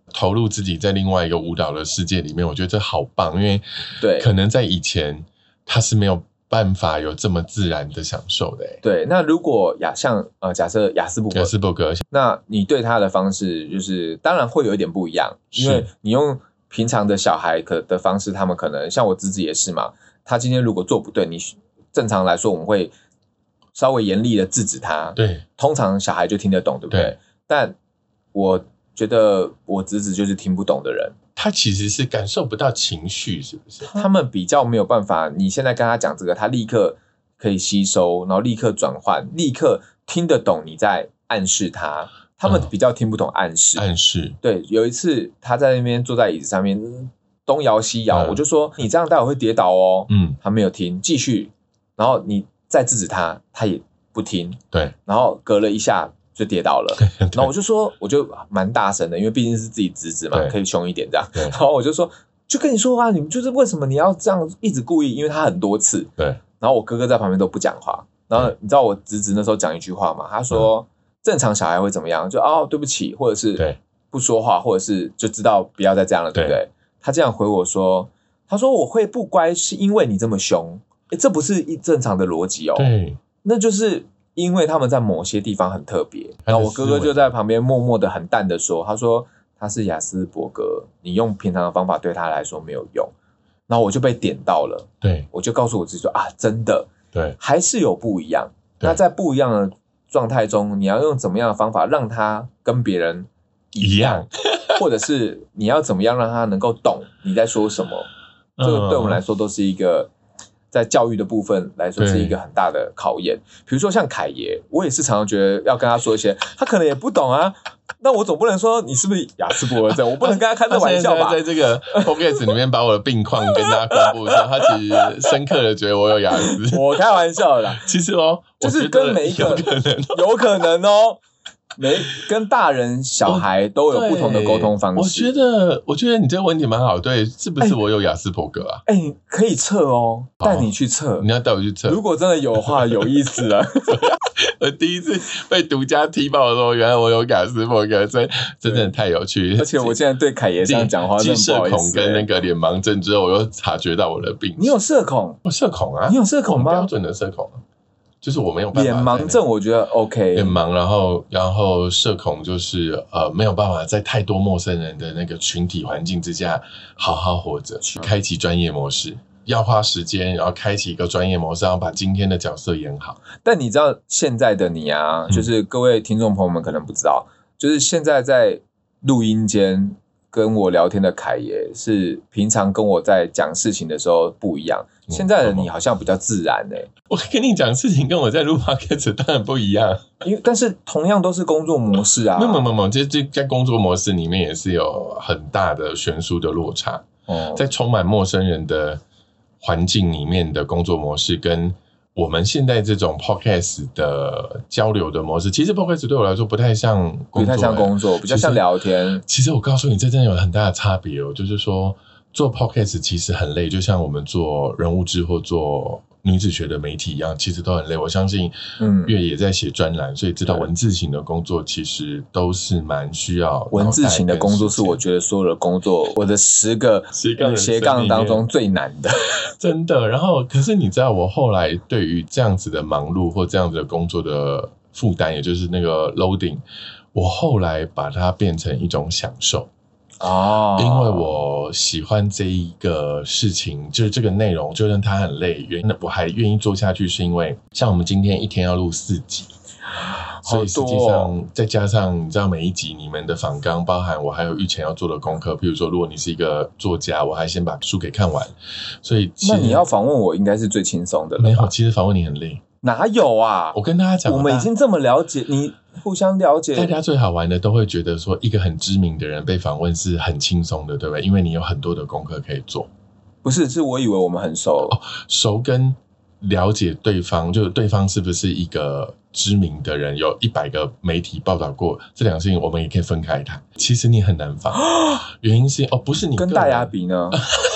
投入自己在另外一个舞蹈的世界里面，我觉得这好棒，因为对， 可能在以前他是没有办法有这么自然的享受的。 对，那如果像假设雅斯伯格，那你对他的方式就是当然会有一点不一样，因为你用平常的小孩的方式，他们可能像我侄子也是嘛，他今天如果做不对，你正常来说我们会稍微严厉的制止他， 对， 通常小孩就听得懂，对不对？但我觉得我侄子就是听不懂的人， 他其实是感受不到情绪，是不是？ 他们比较没有办法，你现在跟他讲这个，他立刻可以吸收，然后立刻转换，立刻听得懂你在暗示他。他们比较听不懂暗示。对，有一次他在那边坐在椅子上面东摇西摇，我就说你这样待会会跌倒哦。他没有听，继续，然后你再制止他，他也不听。 对， 然后隔了一下就跌倒了。然后我就说，我就蛮大声的，因为毕竟是自己侄子嘛，可以凶一点这样。然后我就说，就跟你说话，你就是为什么你要这样一直故意？因为他很多次。 对。 然后我哥哥在旁边都不讲话。然后你知道我侄子那时候讲一句话吗？他说，正常小孩会怎么样？就对不起，或者是不说话，或者是就知道不要再这样了，对不对？他这样回我说，他说我会不乖是因为你这么凶。这不是正常的逻辑哦。 对。 那就是因为他们在某些地方很特别。然后我哥哥就在旁边默默的很淡的说，他说他是雅斯伯格，你用平常的方法对他来说没有用。然后我就被点到了。 对。 我就告诉我自己说真的。 对。 还是有不一样。那在不一样的状态中，你要用怎么样的方法让他跟别人一样或者是你要怎么样让他能够懂你在说什么。这个对我们来说都是一个在教育的部分来说是一个很大的考验。比如说像凯爷，我也是常常觉得要跟他说一些他可能也不懂啊，那我总不能说你是不是雅斯伯格症，我不能跟他开这玩笑吧。 在这个 podcast 里面把我的病况跟大家公布一下，他其实深刻的觉得我有雅思。 我开玩笑的啦。 其实就是跟每一个有可能跟大人小孩都有不同的沟通方式。 我觉得你这个问题蛮好。对，是不是我有雅斯伯格啊？ 你可以测哦，带你去测。 你要带我去测？ 如果真的有的话，有意思啊。 我第一次被独家踢爆的时候，原来我有雅斯伯格症，真的太有趣。 而且我现在对凯爷这样讲话，真的不好意思。 社恐跟那个脸盲症之后，我又察觉到我的病。 你有社恐？ 我社恐啊！ 你有社恐吗？ 标准的社恐。就是我没有办法。 脸盲症我觉得 OK。 脸盲，然后社恐就是没有办法在太多陌生人的那个群体环境之下好好活着，去开启专业模式，要花时间，然后开启一个专业模式，然后把今天的角色演好。 但你知道现在的你啊，就是各位听众朋友们可能不知道，就是现在在录音间跟我聊天的凯爷是平常跟我在讲事情的时候不一样。现在的你好像比较自然我跟你讲事情跟我在录 podcast 当然不一样， 但是同样都是工作模式啊。 没有，这在工作模式里面也是有很大的悬殊的落差。在充满陌生人的环境里面的工作模式跟我们现在这种 podcast 的交流的模式，其实 podcast 对我来说不太像工作， 不太像工作，比较像聊天。 其实我告诉你，这真的有很大的差别就是说做 podcast 其实很累，就像我们做人物志或做女子学的媒体一样，其实都很累。我相信月也在写专栏，所以知道文字型的工作其实都是蛮需要。 文字型的工作是我觉得所有的工作，我的10个斜杠当中最难的， 真的。然后，可是你知道，我后来对于这样子的忙碌或这样子的工作的负担，也就是那个 loading， 我后来把它变成一种享受。因为我喜欢这一个事情，就是这个内容，就算它很累，我还愿意做下去，是因为像我们今天一天要录4集，所以实际上再加上你知道每一集你们的访纲，包含我还有预前要做的功课，譬如说如果你是一个作家，我还先把书给看完，所以那你要访问我应该是最轻松的了吧？ 没有，其实访问你很累。 哪有啊？ 我跟大家讲， 我们已经这么了解你，互相了解。 大家最好玩的都会觉得说，一个很知名的人被访问是很轻松的，对不对？因为你有很多的功课可以做。 不是，是我以为我们很熟。 熟跟了解对方，就是对方是不是一个知名的人，有100个媒体报道过，这两个事情我们也可以分开谈。其实你很难访，原因是不是你跟大牙比呢？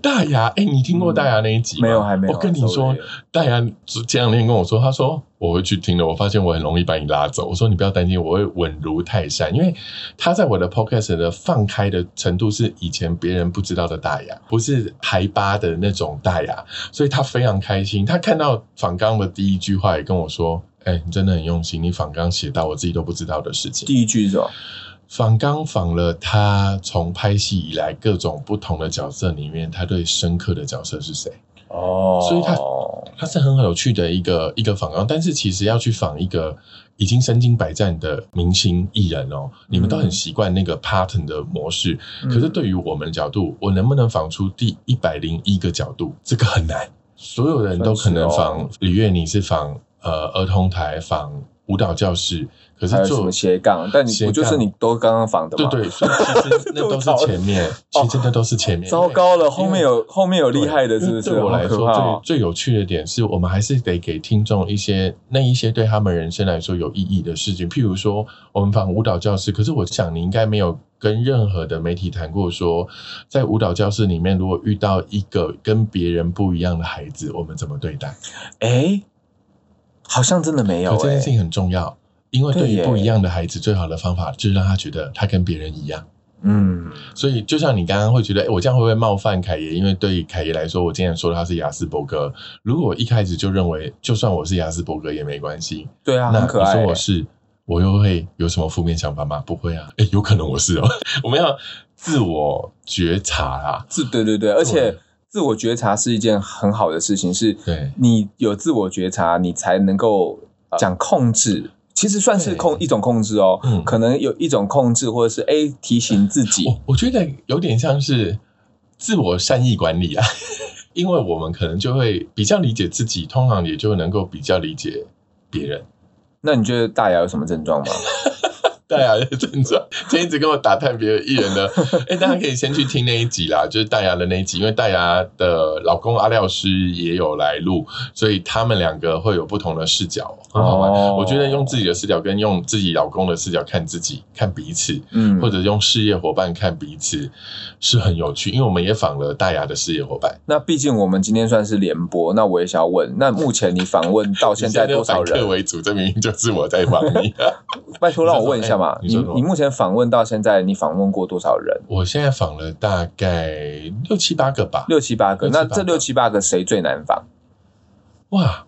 大牙，你听过大牙那一集吗？ 没有，还没有。 我跟你说，大牙前2天跟我说，他说我会去听的，我发现我很容易把你拉走。我说你不要担心，我会稳如泰山，因为他在我的 podcast 的放开的程度是以前别人不知道的大牙，不是嗨吧的那种大牙，所以他非常开心。他看到访纲的第一句话也跟我说，你真的很用心，你访纲写到我自己都不知道的事情。 第一句是什么？ 访纲访了他从拍戏以来各种不同的角色里面，他最深刻的角色是谁？所以他是很有趣的一个访纲，但是其实要去访一个已经身经百战的明星艺人你们都很习惯那个 pattern 的模式，可是对于我们的角度，我能不能访出第101个角度，这个很难。所有人都可能访李月，你是访儿童台，访舞蹈教室，可是还有什么斜杠？但你不就是你都刚刚访的吗？ 对，所以其实那都是前面，其实那都是前面。 糟糕了，后面有厉害的，是不是？ 对我来说，最有趣的点是我们还是得给听众一些对他们人生来说有意义的事情。譬如说，我们访舞蹈教室，可是我想你应该没有跟任何的媒体谈过说，在舞蹈教室里面，如果遇到一个跟别人不一样的孩子，我们怎么对待？ 好像真的没有。 可这件事情很重要，因为对于不一样的孩子，最好的方法就是让他觉得他跟别人一样。所以就像你刚刚会觉得，我这样会不会冒犯凯爷？因为对于凯爷来说，我今天说他是亚斯伯格，如果我一开始就认为，就算我是亚斯伯格也没关系。 对啊，很可爱。 那你说我是，我又会有什么负面想法吗？不会啊，有可能我是我们要自我觉察啦。 对，而且自我觉察是一件很好的事情，是你有自我觉察，你才能够讲控制。其实算是一种控制可能有一种控制，或者是提醒自己。 我觉得有点像是自我善意管理啊，因为我们可能就会比较理解自己，通常也就能够比较理解别人。 那你觉得大牙有什么症状吗？ 大牙的症状，今天一直跟我打探别的艺人的，大家可以先去听那一集啦，就是大牙的那一集，因为大牙的老公阿廖师也有来录，所以他们两个会有不同的视角，很好玩。我觉得用自己的视角跟用自己老公的视角看自己、看彼此，或者用事业伙伴看彼此，是很有趣。因为我们也访了大牙的事业伙伴。 那毕竟我们今天算是联播，那我也想要问，那目前你访问到现在多少人？ 以客为主，这明明就是我在访你。 拜托让我问一下嘛。你目前访问到现在，你访问过多少人？ 我现在访了大概6、7、8个吧。 6、7、8个。那这6、7、8个谁最难访？ 哇，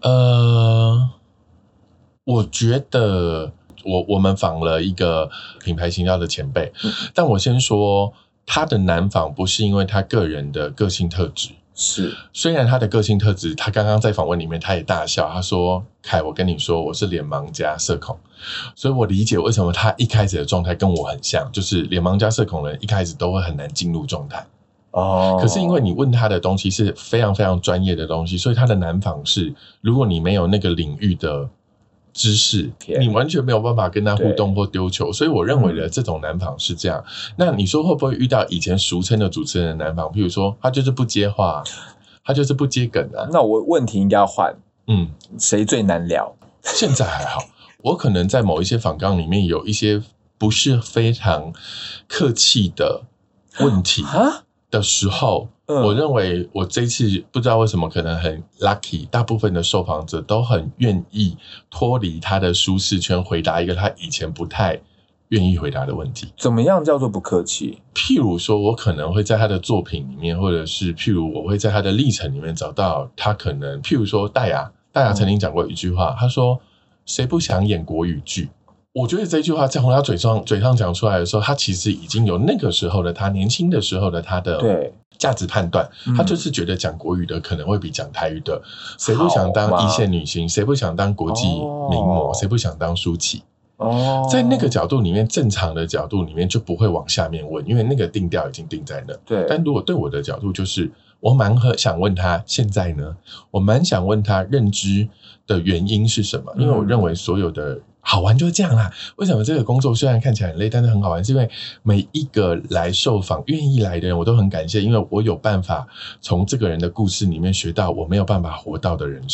我觉得我们访了一个品牌行销的前辈，但我先说他的难访不是因为他个人的个性特质。 是， 虽然他的个性特质，他刚刚在访问里面他也大笑，他说：“凯，我跟你说，我是脸盲加社恐，所以我理解为什么他一开始的状态跟我很像，就是脸盲加社恐的人一开始都会很难进入状态。可是因为你问他的东西是非常非常专业的东西，所以他的难访是，如果你没有那个领域的知识，你完全没有办法跟他互动或丢球，所以我认为的这种难访是这样。那你说会不会遇到以前俗称的主持人的难访？譬如说他就是不接话，他就是不接梗啊。 那我问题应该要换，谁最难聊？ 现在还好，我可能在某一些访纲里面有一些不是非常客气的问题的时候。我认为我这一次不知道为什么可能很 lucky， 大部分的受访者都很愿意脱离他的舒适圈，回答一个他以前不太愿意回答的问题。 怎么样叫做不客气？ 譬如说我可能会在他的作品里面，或者是譬如我会在他的历程里面找到他可能，譬如说大牙曾经讲过一句话，他说谁不想演国语剧？我觉得这句话在从他嘴上讲出来的时候，他其实已经有那个时候的他，年轻的时候的他的价值判断，他就是觉得讲国语的可能会比讲台语的，谁不想当一线女星，谁不想当国际名模，谁不想当舒淇。在那个角度里面，正常的角度里面就不会往下面问，因为那个定调已经定在那。但如果对我的角度，就是我蛮想问他现在呢，我蛮想问他认知的原因是什么，因为我认为所有的好玩就是这样啦。为什么这个工作虽然看起来很累，但是很好玩，是因为每一个来受访愿意来的人我都很感谢，因为我有办法从这个人的故事里面学到我没有办法活到的人生。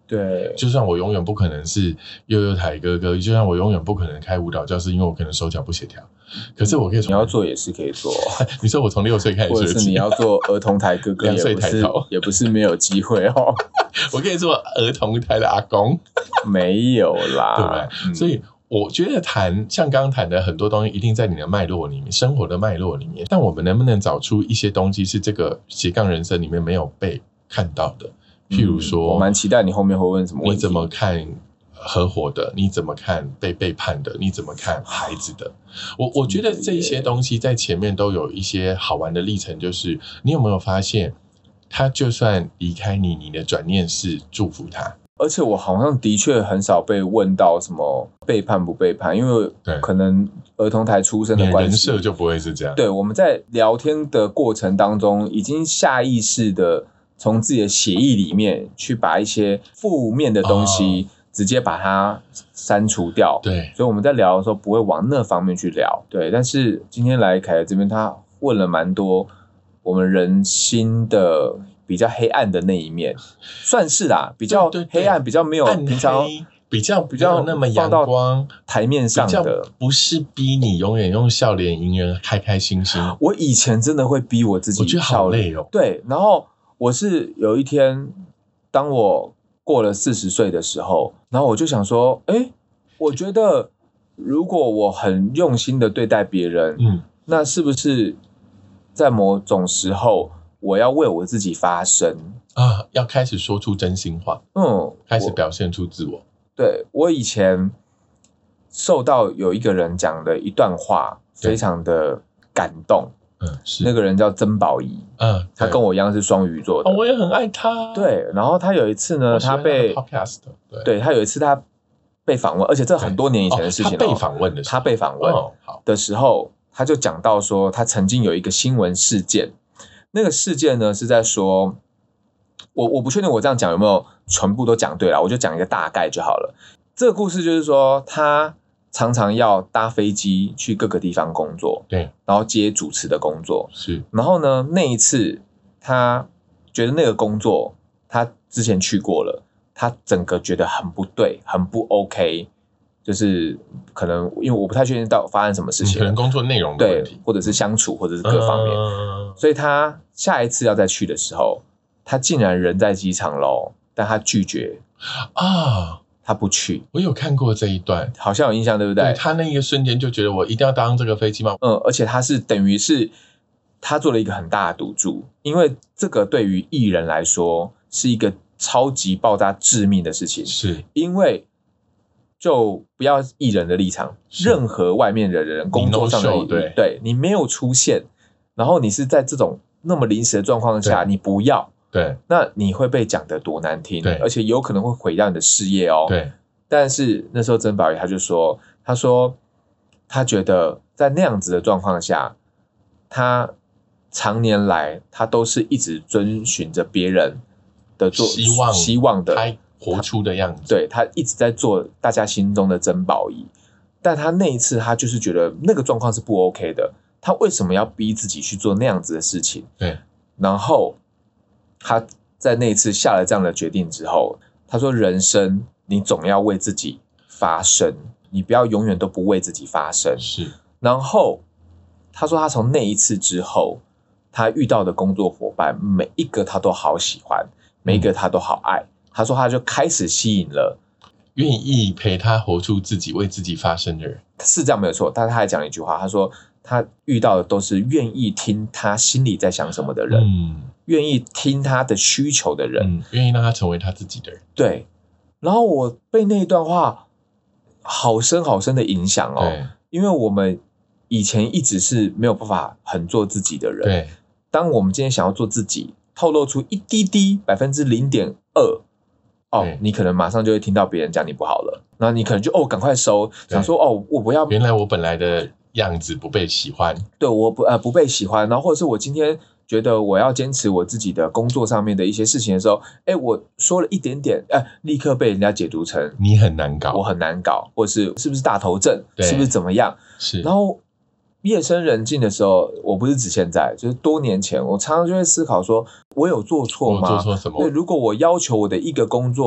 对， 就算我永远不可能是幼幼台哥哥，就算我永远不可能开舞蹈教室，因为我可能手脚不协调。可是我可以， 你要做也是可以做。 你说我从6岁开始学习， 或者是你要做儿童台哥哥， 2岁抬头也不是没有机会哦。 我可以做儿童台的阿公， 没有啦， 对不对？所以我觉得像刚刚谈的很多东西，一定在你的脉络里面，生活的脉络里面。但我们能不能找出一些东西是这个斜杠人生里面没有被看到的？譬如说， 我蛮期待你后面会问什么问题。 你怎么看合伙的？你怎么看被背叛的？你怎么看孩子的？我觉得这一些东西在前面都有一些好玩的历程，就是你有没有发现，他就算离开你，你的转念是祝福他。 而且我好像的确很少被问到什么背叛不背叛，因为可能儿童台出身的关系， 人设就不会是这样。 对，我们在聊天的过程当中，已经下意识的从自己的血液里面去把一些负面的东西直接把它删除掉。 对， 所以我们在聊的时候不会往那方面去聊。对，但是今天来凯这边，他问了蛮多我们人心的比较黑暗的那一面，算是啦，比较黑暗，比较没有平常比较那么阳光台面上的， 不是逼你永远用笑脸迎人，开开心心。 我以前真的会逼我自己， 我觉得好累哦。 对，然后我是有一天，当我过了40岁的时候，然后我就想说，我觉得如果我很用心的对待别人，那是不是在某种时候我要为我自己发声啊？要开始说出真心话，开始表现出自我。 对，我以前受到有一个人讲的一段话，非常的感动。 是那个人叫曾宝仪，他跟我一样是双鱼座的， 我也很爱他。 对，然后他有一次呢，他被 podcast， 对他有一次他被访问，而且这很多年以前的事情。 他被访问的时候， 的时候，他就讲到说，他曾经有一个新闻事件，那个事件呢是在说，我不确定我这样讲有没有全部都讲对了，我就讲一个大概就好了。这个故事就是说，他常常要搭飞机去各个地方工作， 对， 然后接主持的工作， 是。 然后呢，那一次他觉得那个工作他之前去过了，他整个觉得很不对，很不 OK， 就是可能因为我不太确定到发生什么事情， 可能工作内容的问题， 对，或者是相处，或者是各方面，所以他下一次要再去的时候，他竟然人在机场咯，但他拒绝啊。他不去， 我有看过这一段， 好像有印象，对不对？ 对，他那一个瞬间就觉得我一定要搭这个飞机吗？ 而且他是等于是他做了一个很大的赌注，因为这个对于艺人来说是一个超级爆炸致命的事情， 是因为就不要艺人的立场，任何外面的人工作上的对你没有出现，然后你是在这种那么临时的状况下，你不要。 对， 那你会被讲得多难听，而且有可能会毁掉你的事业哦。 对， 但是那时候曾宝仪他就说，他觉得在那样子的状况下，他常年来他都是一直遵循着别人的做希望的他活出的样子， 对，他一直在做大家心中的曾宝仪，但他那一次他就是觉得那个状况是不 OK 的，他为什么要逼自己去做那样子的事情？ 对， 然后他在那一次下了这样的决定之后，他说人生你总要为自己发声，你不要永远都不为自己发声。 是。 然后他说他从那一次之后，他遇到的工作伙伴每一个他都好喜欢，每一个他都好爱。他说他就开始吸引了愿意陪他活出自己为自己发声的人， 是这样没有错。但是他还讲了一句话，他说他遇到的都是愿意听他心里在想什么的人，愿意听他的需求的人， 愿意让他成为他自己的人。 对，然后我被那一段话好深好深的影响哦，因为我们以前一直是没有办法很做自己的人。 对， 当我们今天想要做自己，透露出一滴滴0.2%，你可能马上就会听到别人讲你不好了，然后你可能就赶快收，想说我不要， 原来我本来的样子不被喜欢， 对，我不被喜欢，然后或者是我今天觉得我要坚持我自己的工作上面的一些事情的时候，我说了一点点，立刻被人家解读成你很难搞， 我很难搞，或者是不是大头症，是不是怎么样？ 是。 然后夜深人静的时候，我不是指现在，就是多年前，我常常就会思考说，我有做错吗？ 我做错什么？ 对，如果我要求我的一个工作，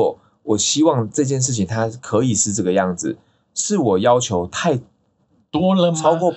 我希望这件事情它可以是这个样子，是我要求太多了吗？ 超过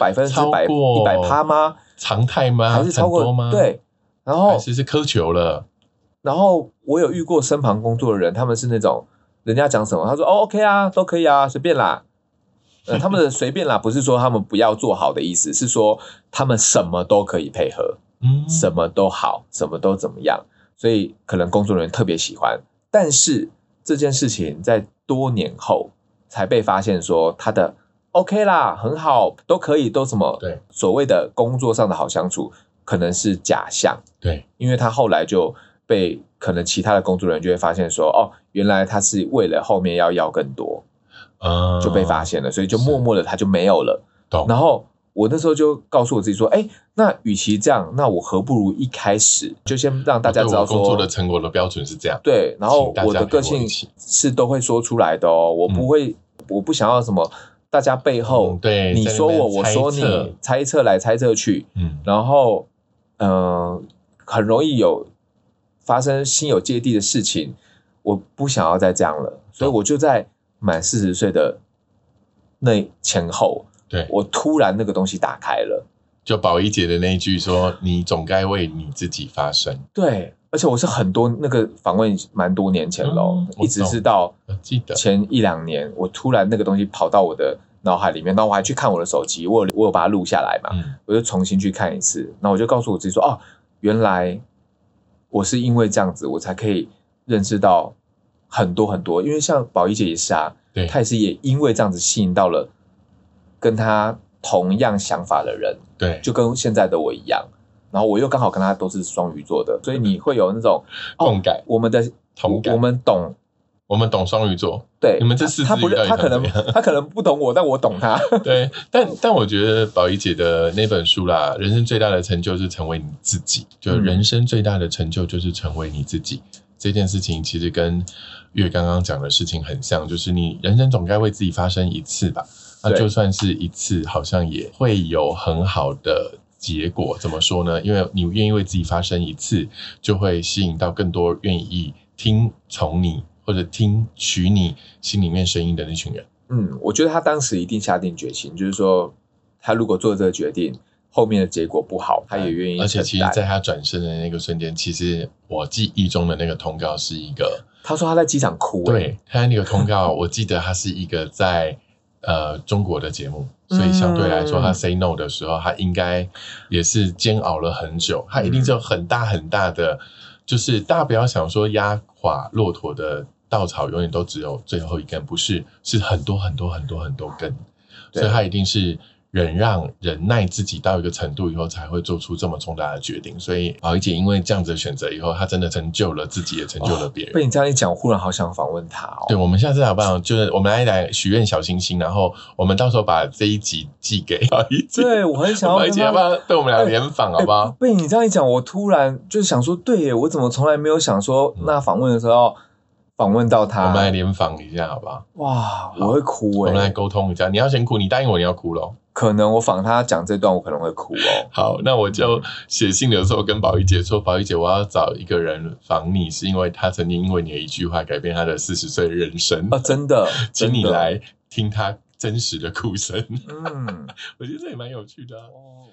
100%吗？ 常态吗？ 还是超过很多吗？ 对，然后还是苛求了。 然后我有遇过身旁工作的人，他们是那种人家讲什么，他说OK 啊，都可以啊，随便啦。他们的随便啦，不是说他们不要做好的意思，是说他们什么都可以配合，什么都好，什么都怎么样，所以可能工作人员特别喜欢。但是这件事情在多年后才被发现说他的 OK 啦，很好，都可以，都什么对所谓的工作上的好相处，可能是假象。 对， 因为他后来就被可能其他的工作人员就会发现说，哦，原来他是为了后面要更多。就被发现了，所以就默默的他就没有了。然后我那时候就告诉我自己说，那与其这样，那我何不如一开始就先让大家知道说， 工作的成果的标准是这样。 对，然后我的个性是都会说出来的哦，我不会，我不想要什么大家背后， 对， 你说我，我说你，猜测来猜测去，然后很容易有发生心有芥蒂的事情，我不想要再这样了，所以我就在满40岁的那前后， 对， 我突然那个东西打开了， 就宝仪姐的那一句说：“你总该为你自己发声。” 对，而且我是很多那个访问蛮多年前了，一直是到前1-2年，我突然那个东西跑到我的脑海里面，然后我还去看我的手机，我有把它录下来嘛，我就重新去看一次，然后我就告诉我自己说：“哦，原来我是因为这样子，我才可以认识到。”很多很多，因为像宝仪姐也是啊，她也是也因为这样子吸引到了跟她同样想法的人， 对， 就跟现在的我一样。然后我又刚好跟她都是双鱼座的，所以你会有那种共感， 我们的同感，我们懂双鱼座，对，你们这4字他可能不懂我，但我懂他。 对，但我觉得宝仪姐的那本书啦，人生最大的成就是成为你自己，就人生最大的成就就是成为你自己。这件事情其实跟月刚刚讲的事情很像，就是你人生总该为自己发生一次吧，那就算是一次好像也会有很好的结果。怎么说呢？因为你愿意为自己发生一次，就会吸引到更多愿意听从你或者听取你心里面声音的那群人。 我觉得他当时一定下定决心，就是说他如果做这个决定后面的结果不好，他也愿意承担。 而且其实在他转身的那个瞬间，其实我记忆中的那个通告是一个， 他说他在机场哭。 对，他那个通告我记得他是一个在中国的节目，所以相对来说他 say no 的时候，他应该也是煎熬了很久，他一定是有很大很大的，就是大家不要想说压垮骆驼的稻草永远都只有最后一根，不是，是很多很多很多很多根，所以他一定是忍耐自己到一个程度以后，才会做出这么重大的决定。所以宝仪姐因为这样子的选择以后，她真的成就了自己，也成就了别人。 被你这样一讲，我忽然好想访问她哦。 对，我们下次好不好？就是我们来许愿小星星，然后我们到时候把这一集寄给宝仪姐。 对，我很想要。宝仪姐要不要被我们俩联访，好不好？ 被你这样一讲，我突然就是想说，对耶，我怎么从来没有想说，那访问的时候访问到他， 我们来联访一下，好不好？ 哇，我会哭耶。 我们来沟通一下，你要先哭，你答应我你要哭咯。 可能我访他讲这段，我可能会哭哦。 好，那我就写信的时候跟宝仪姐说，宝仪姐，我要找一个人访你，是因为他曾经因为你的一句话改变他的40岁的人生啊，真的， 请你来听他真实的哭声。我觉得这也蛮有趣的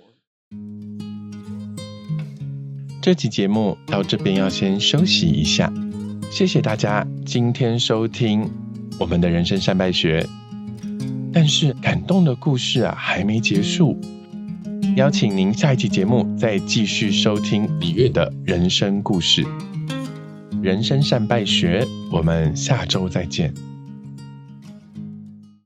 这期节目到这边要先休息一下，谢谢大家今天收听我们的人生善败学。但是感动的故事还没结束，邀请您下一期节目再继续收听李月的人生故事。人生善败学，我们下周再见。